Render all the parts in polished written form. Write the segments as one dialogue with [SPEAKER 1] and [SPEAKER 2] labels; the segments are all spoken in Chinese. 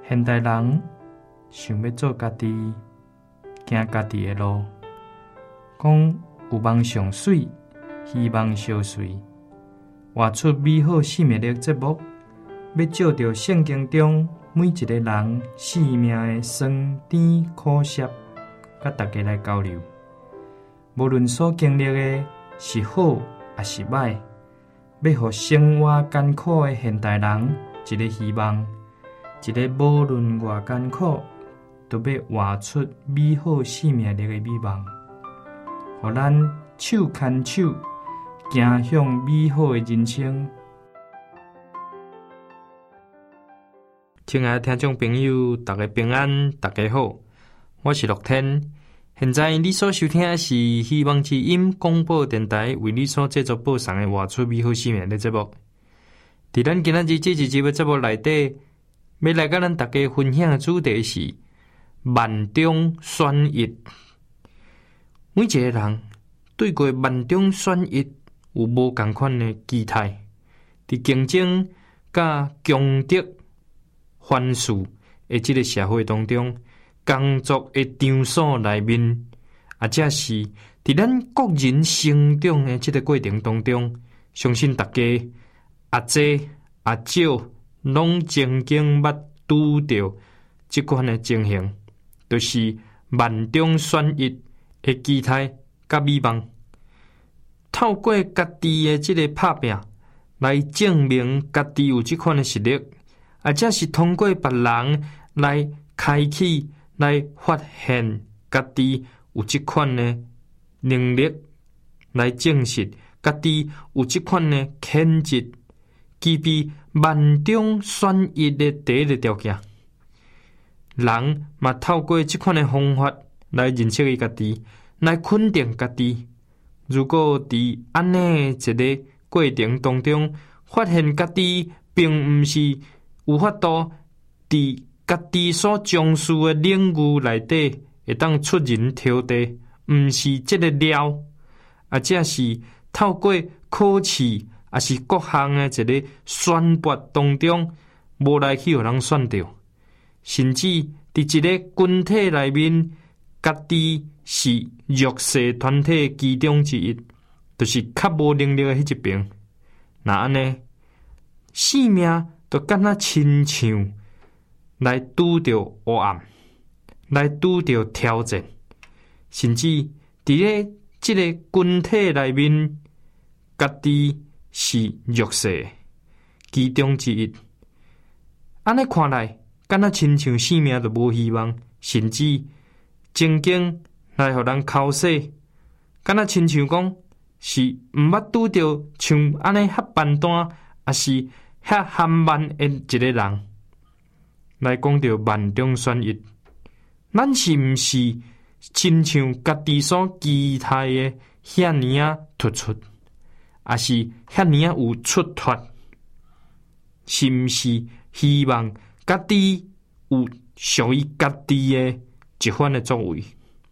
[SPEAKER 1] 现代人想要做家己，行家己的路，讲有梦上水，希望相随，活出美好生命力节目，要照着圣经中每一个人生命的酸甜苦涩，甲大家来交流。无论所经历的是好还是歹，要互生活艰苦的现代人一个希望，一个无论偌艰苦，都要活出美好生命力的美梦，互咱手牵手，行向美好的人生。亲爱的听众朋友，大家平安，大家好，我是乐天。现在你所收听的是希望之音广播电台为你所制作播送的活出美好生命的节目。在咱今仔日这一集的节目内底，要来跟咱大家分享的主题是万中选一。每一个人对过万中选一有无同款的期待，在竞争甲强敌凡事的这个社会当中，工作的场所内面，这是在咱个人成长的这个过程当中，相信大家多少拢曾经捌拄到这款的情形，就是万中选一的期待甲美梦，透过家己的这个拍拼来证明家己有这款的实力，这是通过别人来开启。来发现家己有这款的能力，来证实家己有这款的潜质，具备万中选一的第一个条件。人嘛透过这款的方法来认识家己，来肯定家己。如果在安尼一个过程当中，发现家己并不是有法度在家己所从事的领域内底会当出人头地，毋是这个料，这是透过考试，是各项的一个选拔当中，无来去互人选到，甚至伫一个群体内面，家己是弱势团体其中之一，就是较无能力的迄一边。那安尼，生命就敢若亲像。来拄着黑暗，来拄着挑战，甚至伫咧这个群体内面，家己是弱势其中之一。安尼看来，敢若亲像生命就无希望，甚至曾经来互人口洗，敢若亲像讲是毋捌拄着像安尼遐笨蛋，是遐含慢的一个人。来讲到万中选一，咱是毋是亲像家己所期待的遐尼突出，是遐尼有出脱？是毋是希望家己有属于家己的一番的作为？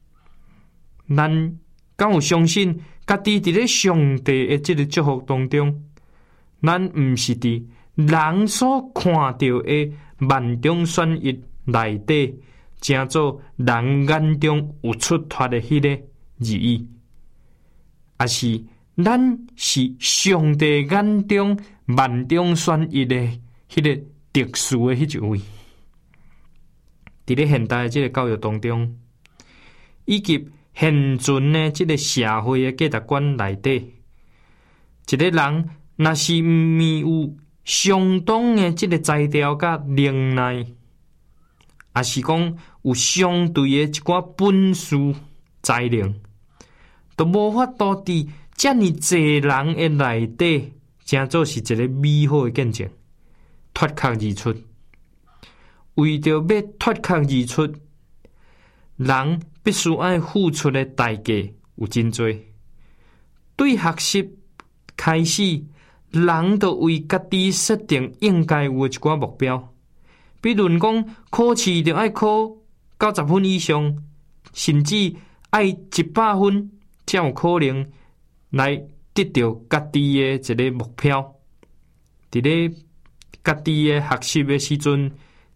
[SPEAKER 1] 咱敢有相信家己伫咧上帝的这个祝福当中，咱毋是伫人所看到的万中选一内底，正做人眼中有出脱的迄个意义，是咱是上帝眼中万中选一的迄个特殊的迄一位。伫咧现代的这个教育当中，以及现存的这个社会的价值观内底，一个人若是毋有相当的这个才调甲能耐，是讲有相对的一寡本事才能，都无法度伫遮尔济人的内底，正做是一个美好的见证，脱壳而出。为着要脱壳而出，人必须爱付出的代价有真多。对学习开始。人都为家己设定应该有一寡目标，比如讲考试就爱考90分以上，甚至爱100分，才有可能来得到家己的一个目标。伫咧家己的学习的时阵，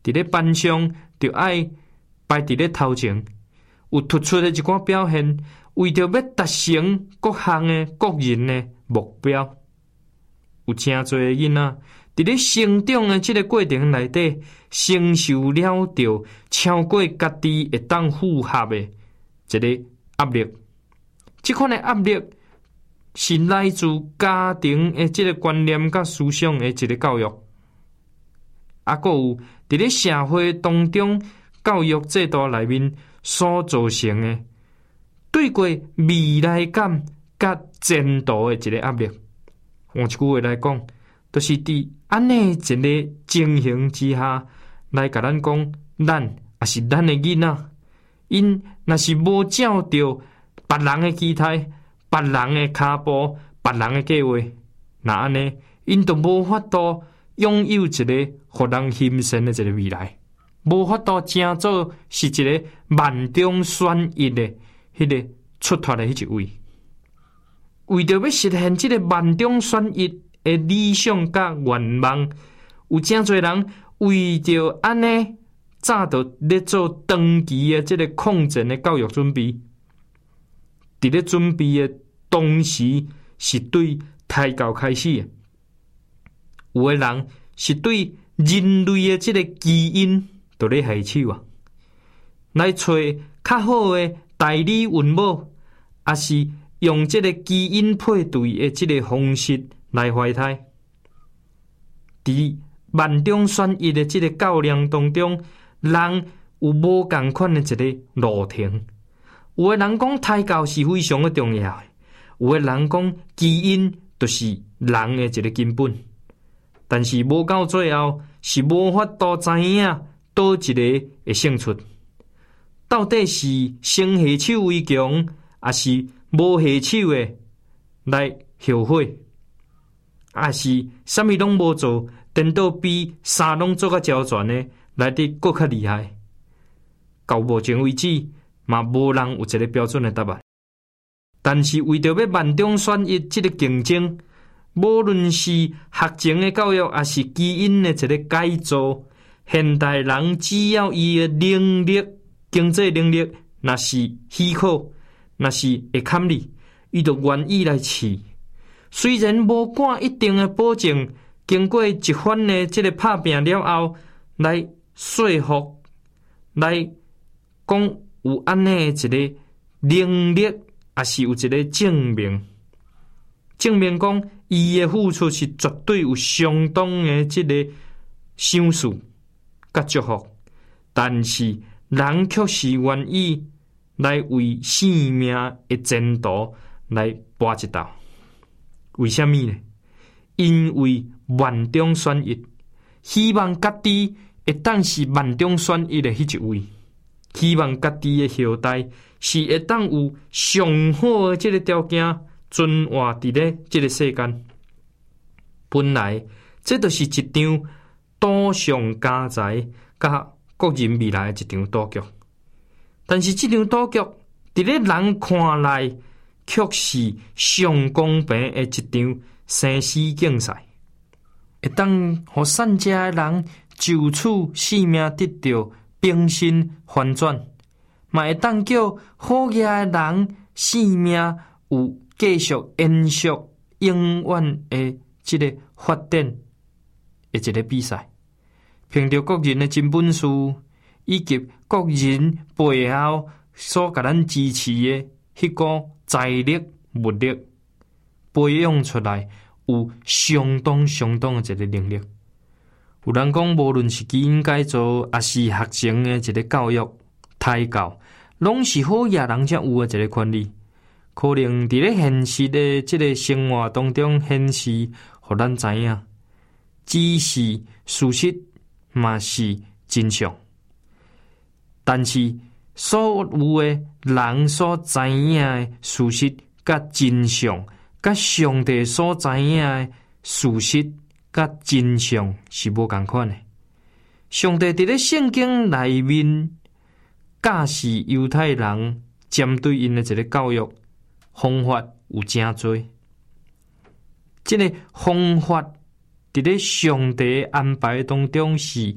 [SPEAKER 1] 伫咧班上就爱排伫咧头前，有突出的一寡表现，为着要达成各项的个人的目标。有真侪的囡仔伫咧成长的这个过程内底，承受了着超过家己会当负荷的一个压力。这款的压力是来自家庭的这个观念甲思想的一个教育，还佫有伫咧社会当中教育制度内面所造成的对过未来感甲前途的一个压力。换一句话来讲，就是伫安尼一个情形之下，来甲咱讲，咱也是咱的囡仔，因若是无照着别人的期待、别人的脚步、别人的计划，那安尼，因就无法度拥有一个互人欣赏的一个未来，无法度成做是一个万中选一的迄个出脱的迄一位。为着要实现这个万中选一的理想甲愿望，有真侪人为着安尼，早就咧做长期的这个抗战的教育准备。伫咧准备的同时，是对胎教开始的。有的人是对人类的这个基因都咧下手啊，来找较好的代理孕母，也是用这个基因配对的这个方式来怀胎。伫万中选一的这个较量当中，人有无同款的一个路程。有的人讲胎教是非常的重要的，有的人讲基因就是人的一个根本，但是无到最后是无法度知影倒一个会胜出，到底是先下手为强，还是无下手的来后悔，还是啥物拢无做，颠倒比啥拢做较焦全的来得更较厉害。到目前为止，嘛无人有一个标准的答案。但是为着要万中选一这个竞争，无论是学前的教育，还是基因的一个改造，现代人只要伊的能力、经济能力若是许可，若是会堪哩，伊就愿意来试。虽然无管一定的保证，经过一番的这个拍拼了后，来说服，来讲有安尼一个能力，也是有一个证明，证明讲伊的付出是绝对有相当的这个赏识甲祝福，但是人却是愿意来为性命的前途来搏一道。为什么呢？因为万中选一，希望家己会当是万中选一的迄一位，希望家己的后代是会当有上好的这个条件存活伫咧这个世间。本来这就是一场赌上家财甲国人未来的一场赌局，但是这场赌局伫咧人看来，却是上公平的一场生死竞赛，会当互善者的人就此性命得到平身翻转，嘛会当叫好业的人性命有继续延续永远的这个发展的一个比赛。凭着国人的真本事，以及国人背后所甲咱支持的迄个财力、物力，培养出来有相当的一个能力。有人讲，无论是基因改造，还是学前的一个教育、胎教，拢是好野人才有的一个权利。可能伫咧现实的这个生活当中显示，互咱知影，只是事实，嘛是真相。但是所有的人所知影的事实甲真相，甲上帝所知影的事实甲真相是无同款的。上帝伫咧圣经内面教示犹太人针对因的一个教育方法有真多，这个方法伫咧上帝安排当中是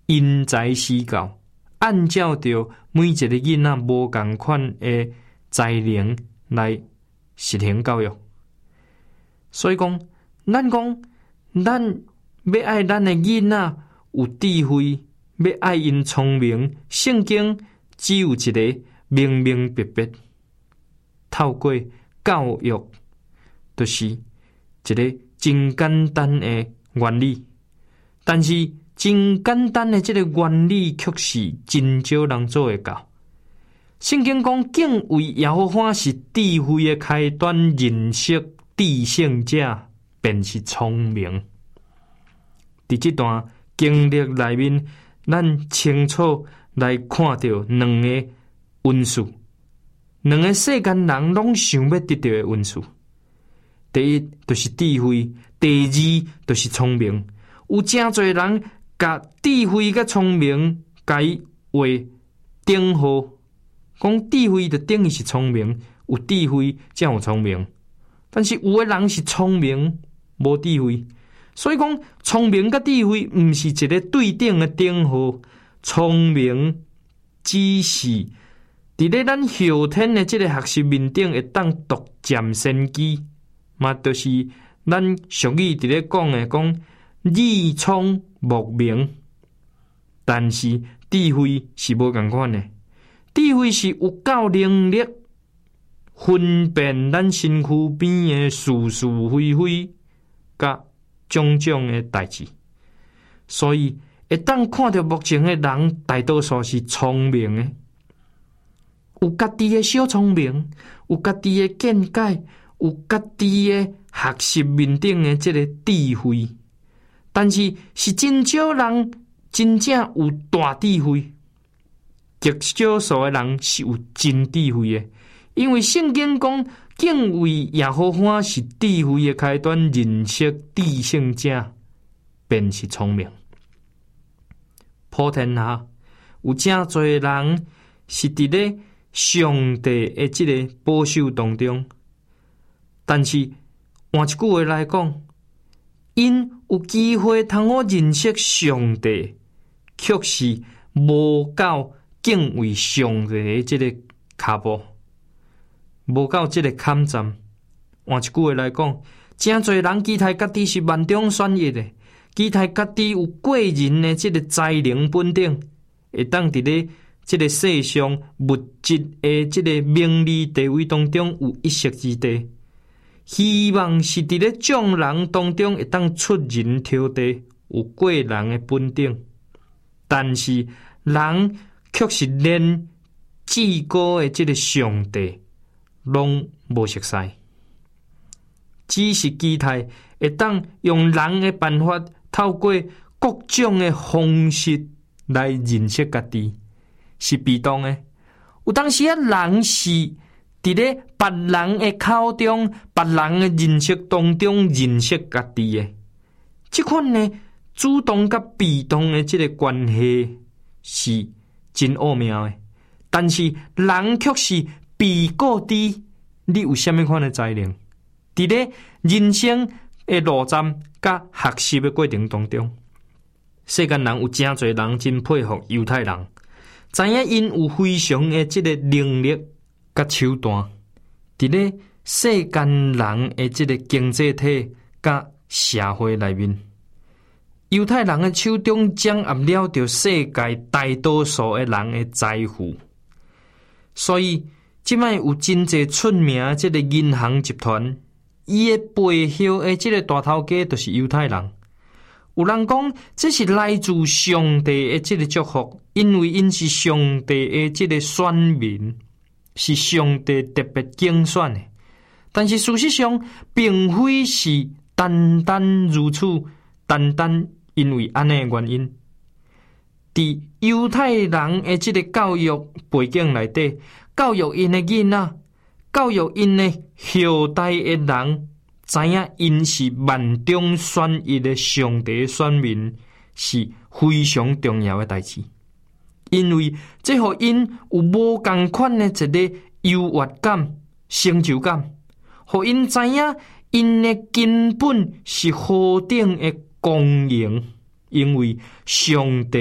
[SPEAKER 1] 因材施教，按照着每一个囡仔无同款的才能来实行教育。所以讲，咱要爱咱的囡仔有智慧，要爱因聪明，圣经只有一个明明白白，透过教育，就是一个真简单的原理。但是真简单的这个原理，却是真少人做会到。圣经讲，敬畏耶和华是智慧的开端，认识至圣者便是聪明。伫这段经历内面，咱清楚来看到两个因素，两个世间人拢想要得到的因素。第一就是智慧，第二就是聪明。有真侪人甲智慧甲聪明甲伊画等号，讲智慧就等于是聪明，有智慧才有聪明。但是有的人是聪明无智慧，所以讲聪明甲智慧毋是一个对等的等号。聪明只是伫咧咱后天的这个学习面顶会当独占先机，嘛就是咱俗语伫咧讲的讲耳聪目明。但是智慧是无同款的，智慧是有够能力分辨咱身躯边的是是非非，甲种种的代志。所以会当看到目前的人，大多数是聪明的，有家己的小聪明，有家己的见解，有家己的学习面顶的这个智慧。但是真少人真正有大智慧，极少数的人是有真智慧的。因为圣经讲，敬畏耶和华是智慧的开端，认识至圣者便是聪明。普天下有真侪人是伫咧上帝的这个保守当中，但是换一句话来讲，因有机会通好认识上帝，却是无够敬畏上帝的这个脚步，无够这个坎站。换一句话来讲，真侪人期待家己是万中选一的，期待家己有过人的这个才能本顶，会当伫咧这个世上物质的这个名利地位当中有一席之地。希望是伫咧众人当中会当出人头地，有过人的本顶。但是人却是连至高的这个上帝拢无熟悉，只是期待会当用人的办法，透过各种的方式来认识家己，是被动的。有当时人是伫咧别人的口中、别人的认识当中认识家己的，这款呢主动甲被动的这个关系是真奥妙的。但是人却是被告知你有什么款的才能，伫咧人生的路站甲学习的过程当中，世间人有真侪人真佩服犹太人，知影因有非常的这个能力甲手段，伫咧世间人的这个经济体甲社会内面，犹太人的手中掌握了着世界大多数的人的财富。所以即摆有真侪出名的这个银行集团，伊的背后的这个大头家就是犹太人。有人讲这是来自上帝的这个祝福，因为因是上帝的这个选民，是上帝特别拣选的。但是事实上并非是单单如此，单单因为安尼的原因。伫犹太人的这个教育背景内底，教育因的囡仔，教育因的后代的人，知影因是万中选一的上帝的选民，是非常重要的代志。因为这互因有无同款的一个优越感、成就感，互因知影因的根本是何等的公营，因为上帝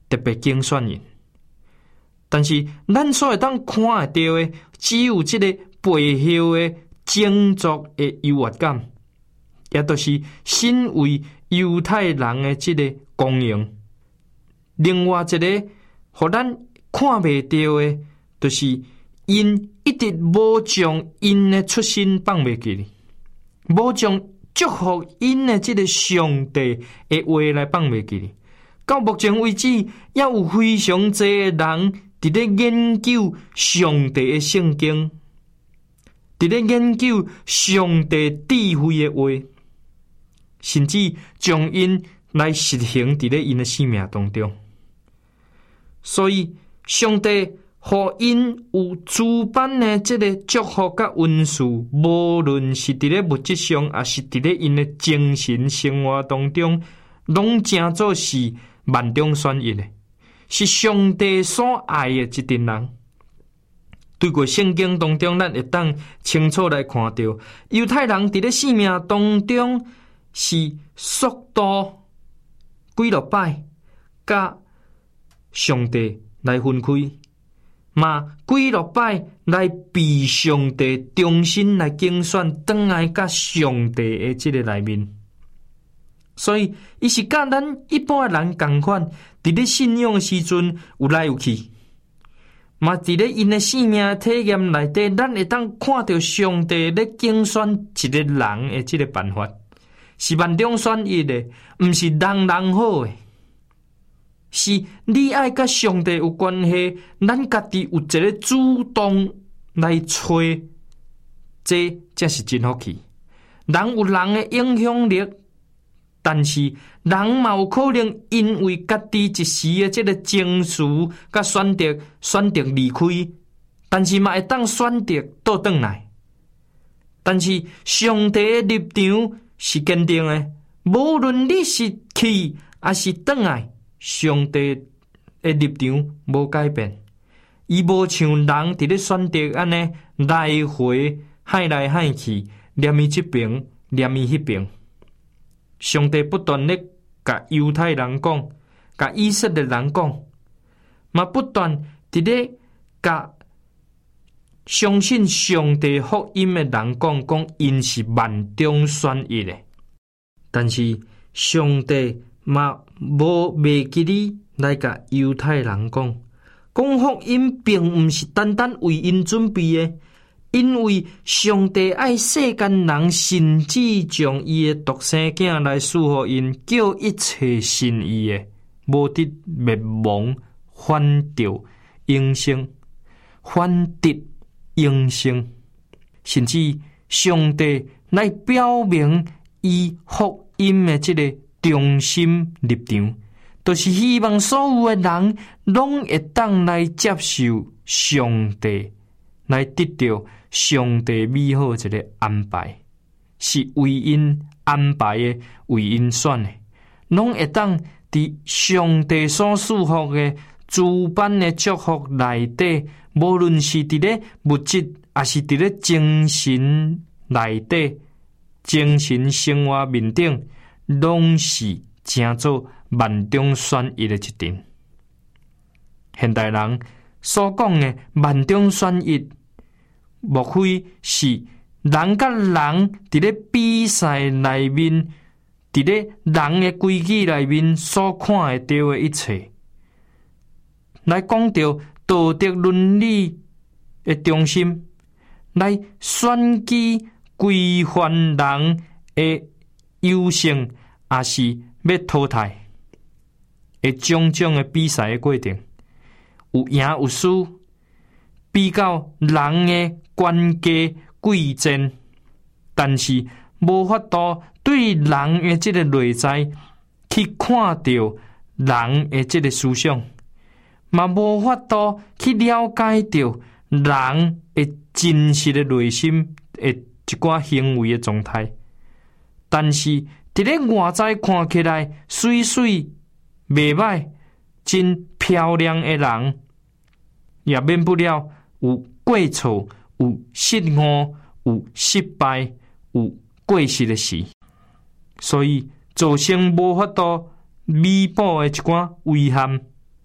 [SPEAKER 1] 特别拣选因。但是咱所会当看会到的，只有这个背后的种族的优越感，也就是身为犹太人的这个公荣。另外一个，互咱看袂到的，就是因一直无将因的出身放袂记哩，无将祝福因的这个上帝的话来放袂记哩。到目前为止，也有非常侪人伫咧研究上帝的圣经，伫咧研究上帝智慧的话，甚至将因来实行伫咧因的生命当中。所以，上帝互因有诸般的这个祝福甲恩赐，无论是伫咧物质上，还是伫咧因的精神生活当中，拢正做是万中选一的，是上帝所爱的一群人。对过圣经当中，咱会当清楚来看到，犹太人伫咧生命当中是速度几落摆，甲上帝来分开，嘛几落摆来被上帝重新来拣选，转来甲上帝的这个内面。所以，伊是甲咱一般的人同款，伫咧信仰的时阵有来有去，嘛伫咧因的生命体验内底，咱会当看到上帝咧拣选一个人的这个办法，是万中选一的，毋是人人好的，是你爱甲上帝有关系，咱家己有一个主动来找，这才是真福气。人有人的影响力。但是人嘛有可能因为家己一时的这个情绪甲选择离开，但是嘛会当选择倒转来。但是上帝的立场是坚定的，无论你是去还是转来，上帝的立场无改变。伊无像人伫咧选择安尼来回海来海去，念伊这边，念伊迄边。上帝不断咧甲犹太人讲，甲以色列人讲，嘛不断伫咧甲相信上帝福音的人讲因是万中选一的。但是上帝嘛无袂记你来甲犹太人讲福音并毋是单单为因准备的。因为上帝爱世间人，甚至将伊的独生子来赐予因，叫一切信伊的无得灭亡，反得永生，反得永生。甚至上帝来表明伊福音的这个中心立场，就是希望所有的人拢会当来接受上帝，来得到上帝美好一个安排，是为因安排的，为因选的，拢会当伫上帝所赐福的诸般的祝福内底，无论是伫咧物质，还是伫咧精神内底，精神生活面顶，拢是正做万中选一的一点。现代人所讲的万中选一，莫非是人甲人伫咧比赛内面，伫咧人的规矩内面所看会到的一切，来讲到道德伦理的中心，来选举规范人的优胜，也是要淘汰的种种的比赛的过程，有赢有输，比较人的关家贵贱，但是无法度对人的这个内在去看到人的这个思想，嘛无法度去了解到人的真实的内心的一寡行为的状态。但是伫咧外在看起来水水袂歹、真漂亮的人，也免不了有过错、有失误、有失败、有过失的事，所以造成无法度弥补的一寡遗憾，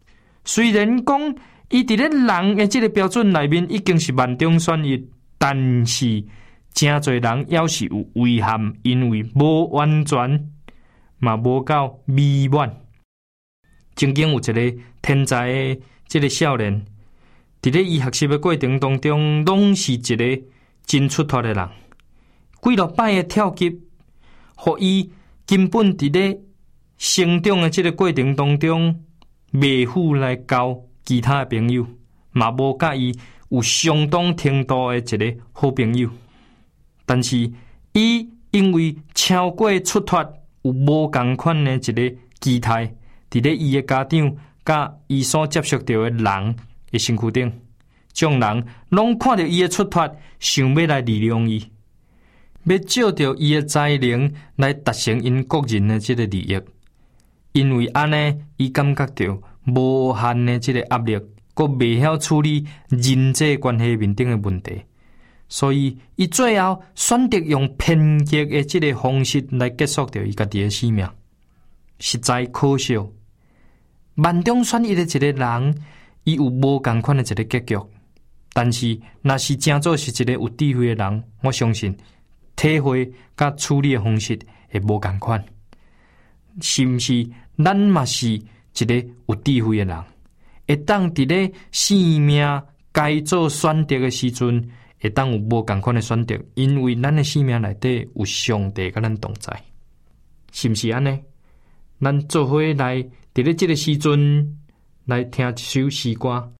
[SPEAKER 1] 虽然讲伊伫咧人的这个标准内面已经是万中选一，但是真侪人也是有遗憾，因为无完全嘛无够美满。曾经有一个天才的这个少年，伫咧伊学习的过程当中，拢是一个真出脱的人。几落摆的跳级，互伊根本伫咧成长的这个过程当中，袂赴来交其他的朋友，嘛无甲伊有相当程度的一个好朋友。但是伊因为超过出脱，有无共款的一个期待，伫咧伊的家长甲伊所接触到的人的身躯顶，众人拢看到伊的出脱，想要来利用伊，要借着伊的才能来达成因个人的这个利益。因为安尼，伊感觉到无限的这个压力，佮未晓处理人际关系面顶的问题，所以伊最后选择用偏激的这个方式来结束掉伊家己的生命，实在可笑。万中选一的一个人，伊有无共款的一个结局，但是若是真做是一个有智慧的人，我相信体会甲处理的方式会无共款。是毋是咱嘛是一个有智慧的人，会当伫咧生命该做选择的时阵，会当有无共款的选择，因为咱的生命内底有上帝甲咱同在，是毋是安尼？咱做伙来伫咧这个时阵来听一首诗歌。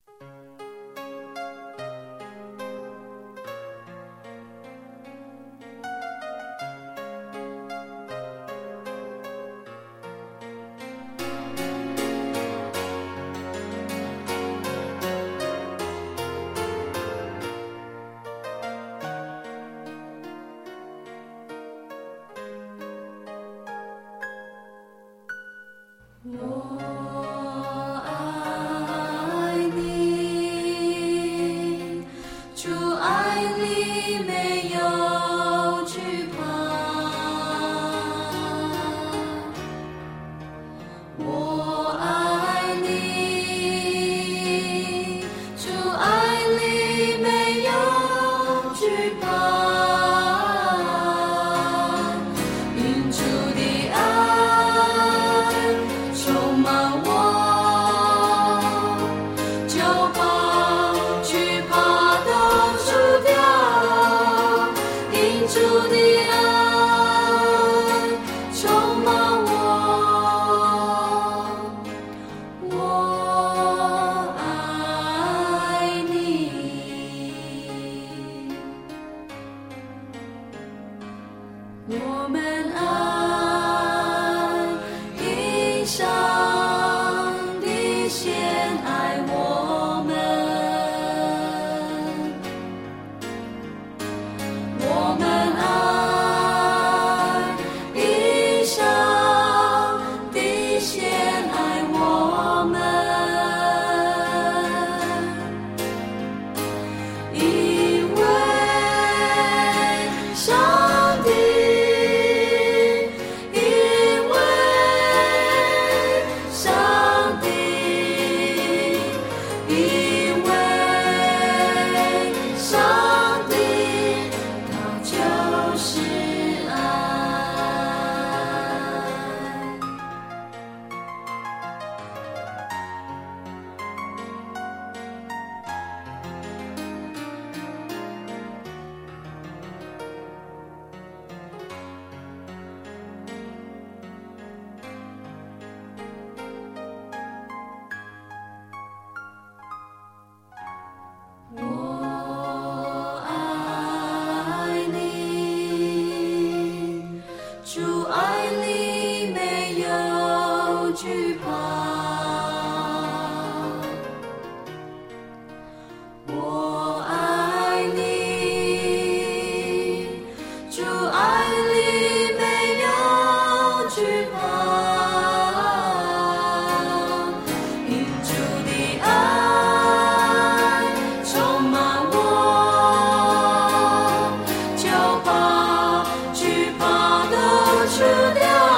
[SPEAKER 2] 除掉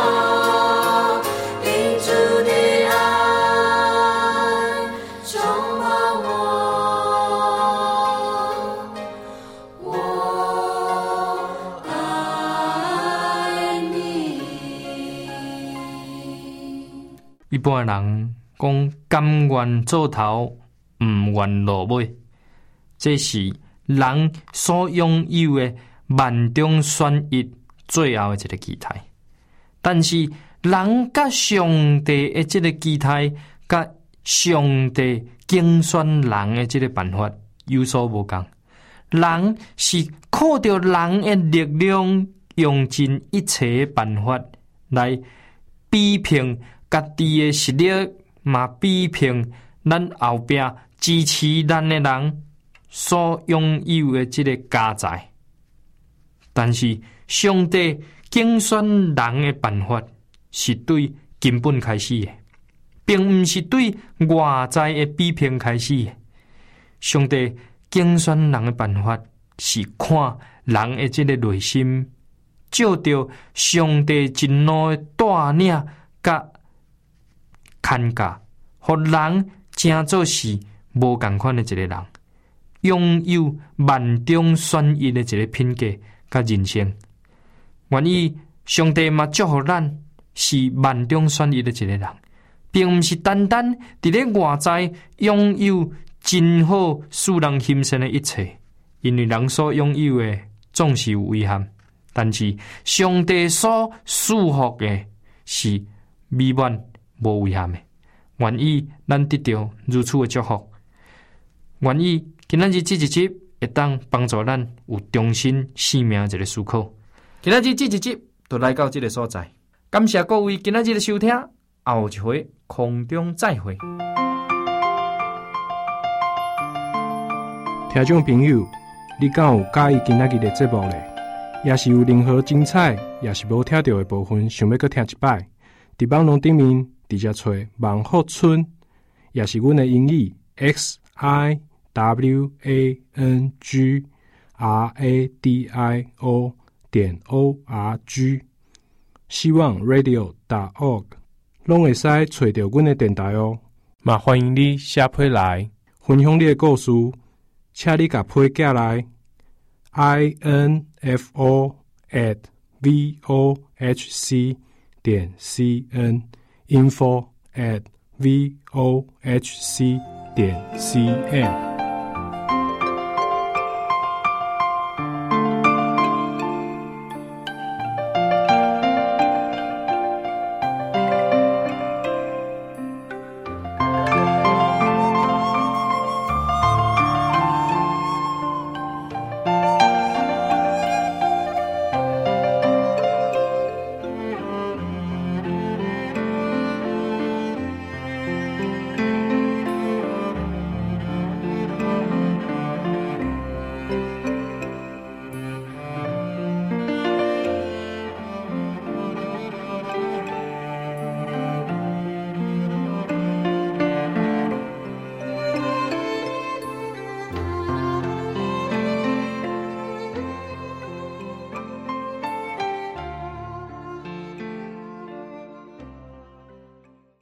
[SPEAKER 1] 一般人讲甘愿做头，毋愿落尾，这是人所拥有的万中选一最后的一个期待。但是人甲上帝的这个期待，甲上帝竞选人的这个办法有所不同。人是靠着人的力量，用尽一切的办法来比拼家己的实力，嘛比拼咱后壁支持咱的人所拥有的这个家财。但是上帝竞选人的办法是对根本开始的，并不是对外在的比拼开始的。上帝竞选人的办法是看人的这个内心，照着上帝真怒的带领甲看教，互人真做是无同款的一个人，拥有万中选一的一个品格甲人生。愿意上帝嘛祝福咱是万中选一的一个人，并不是单单伫咧外在拥有真好使人欣赏的一切，因为人所拥有的总是有遗憾，但是上帝所赐福的是美满无遗憾的。愿意咱得到如此的祝福，愿意今仔日这一集会当帮助咱有重新生命的一个思考。今仔日这一集就来到这个所在，感谢各位今仔日的收听，后一回空中再会。
[SPEAKER 2] 听众朋友，你敢有介意今仔日的节目呢？也是有任何精彩，也是无听到的部分，想要搁听一摆，伫网络顶面直接找万福村，也是阮的英语 XIWANGRADIO.org， 希望 radio.org 拢会使找到阮的电台哦。嘛欢迎你写批来分享你的故事，请你甲批寄来 info@vohc.cn info@vohc.cn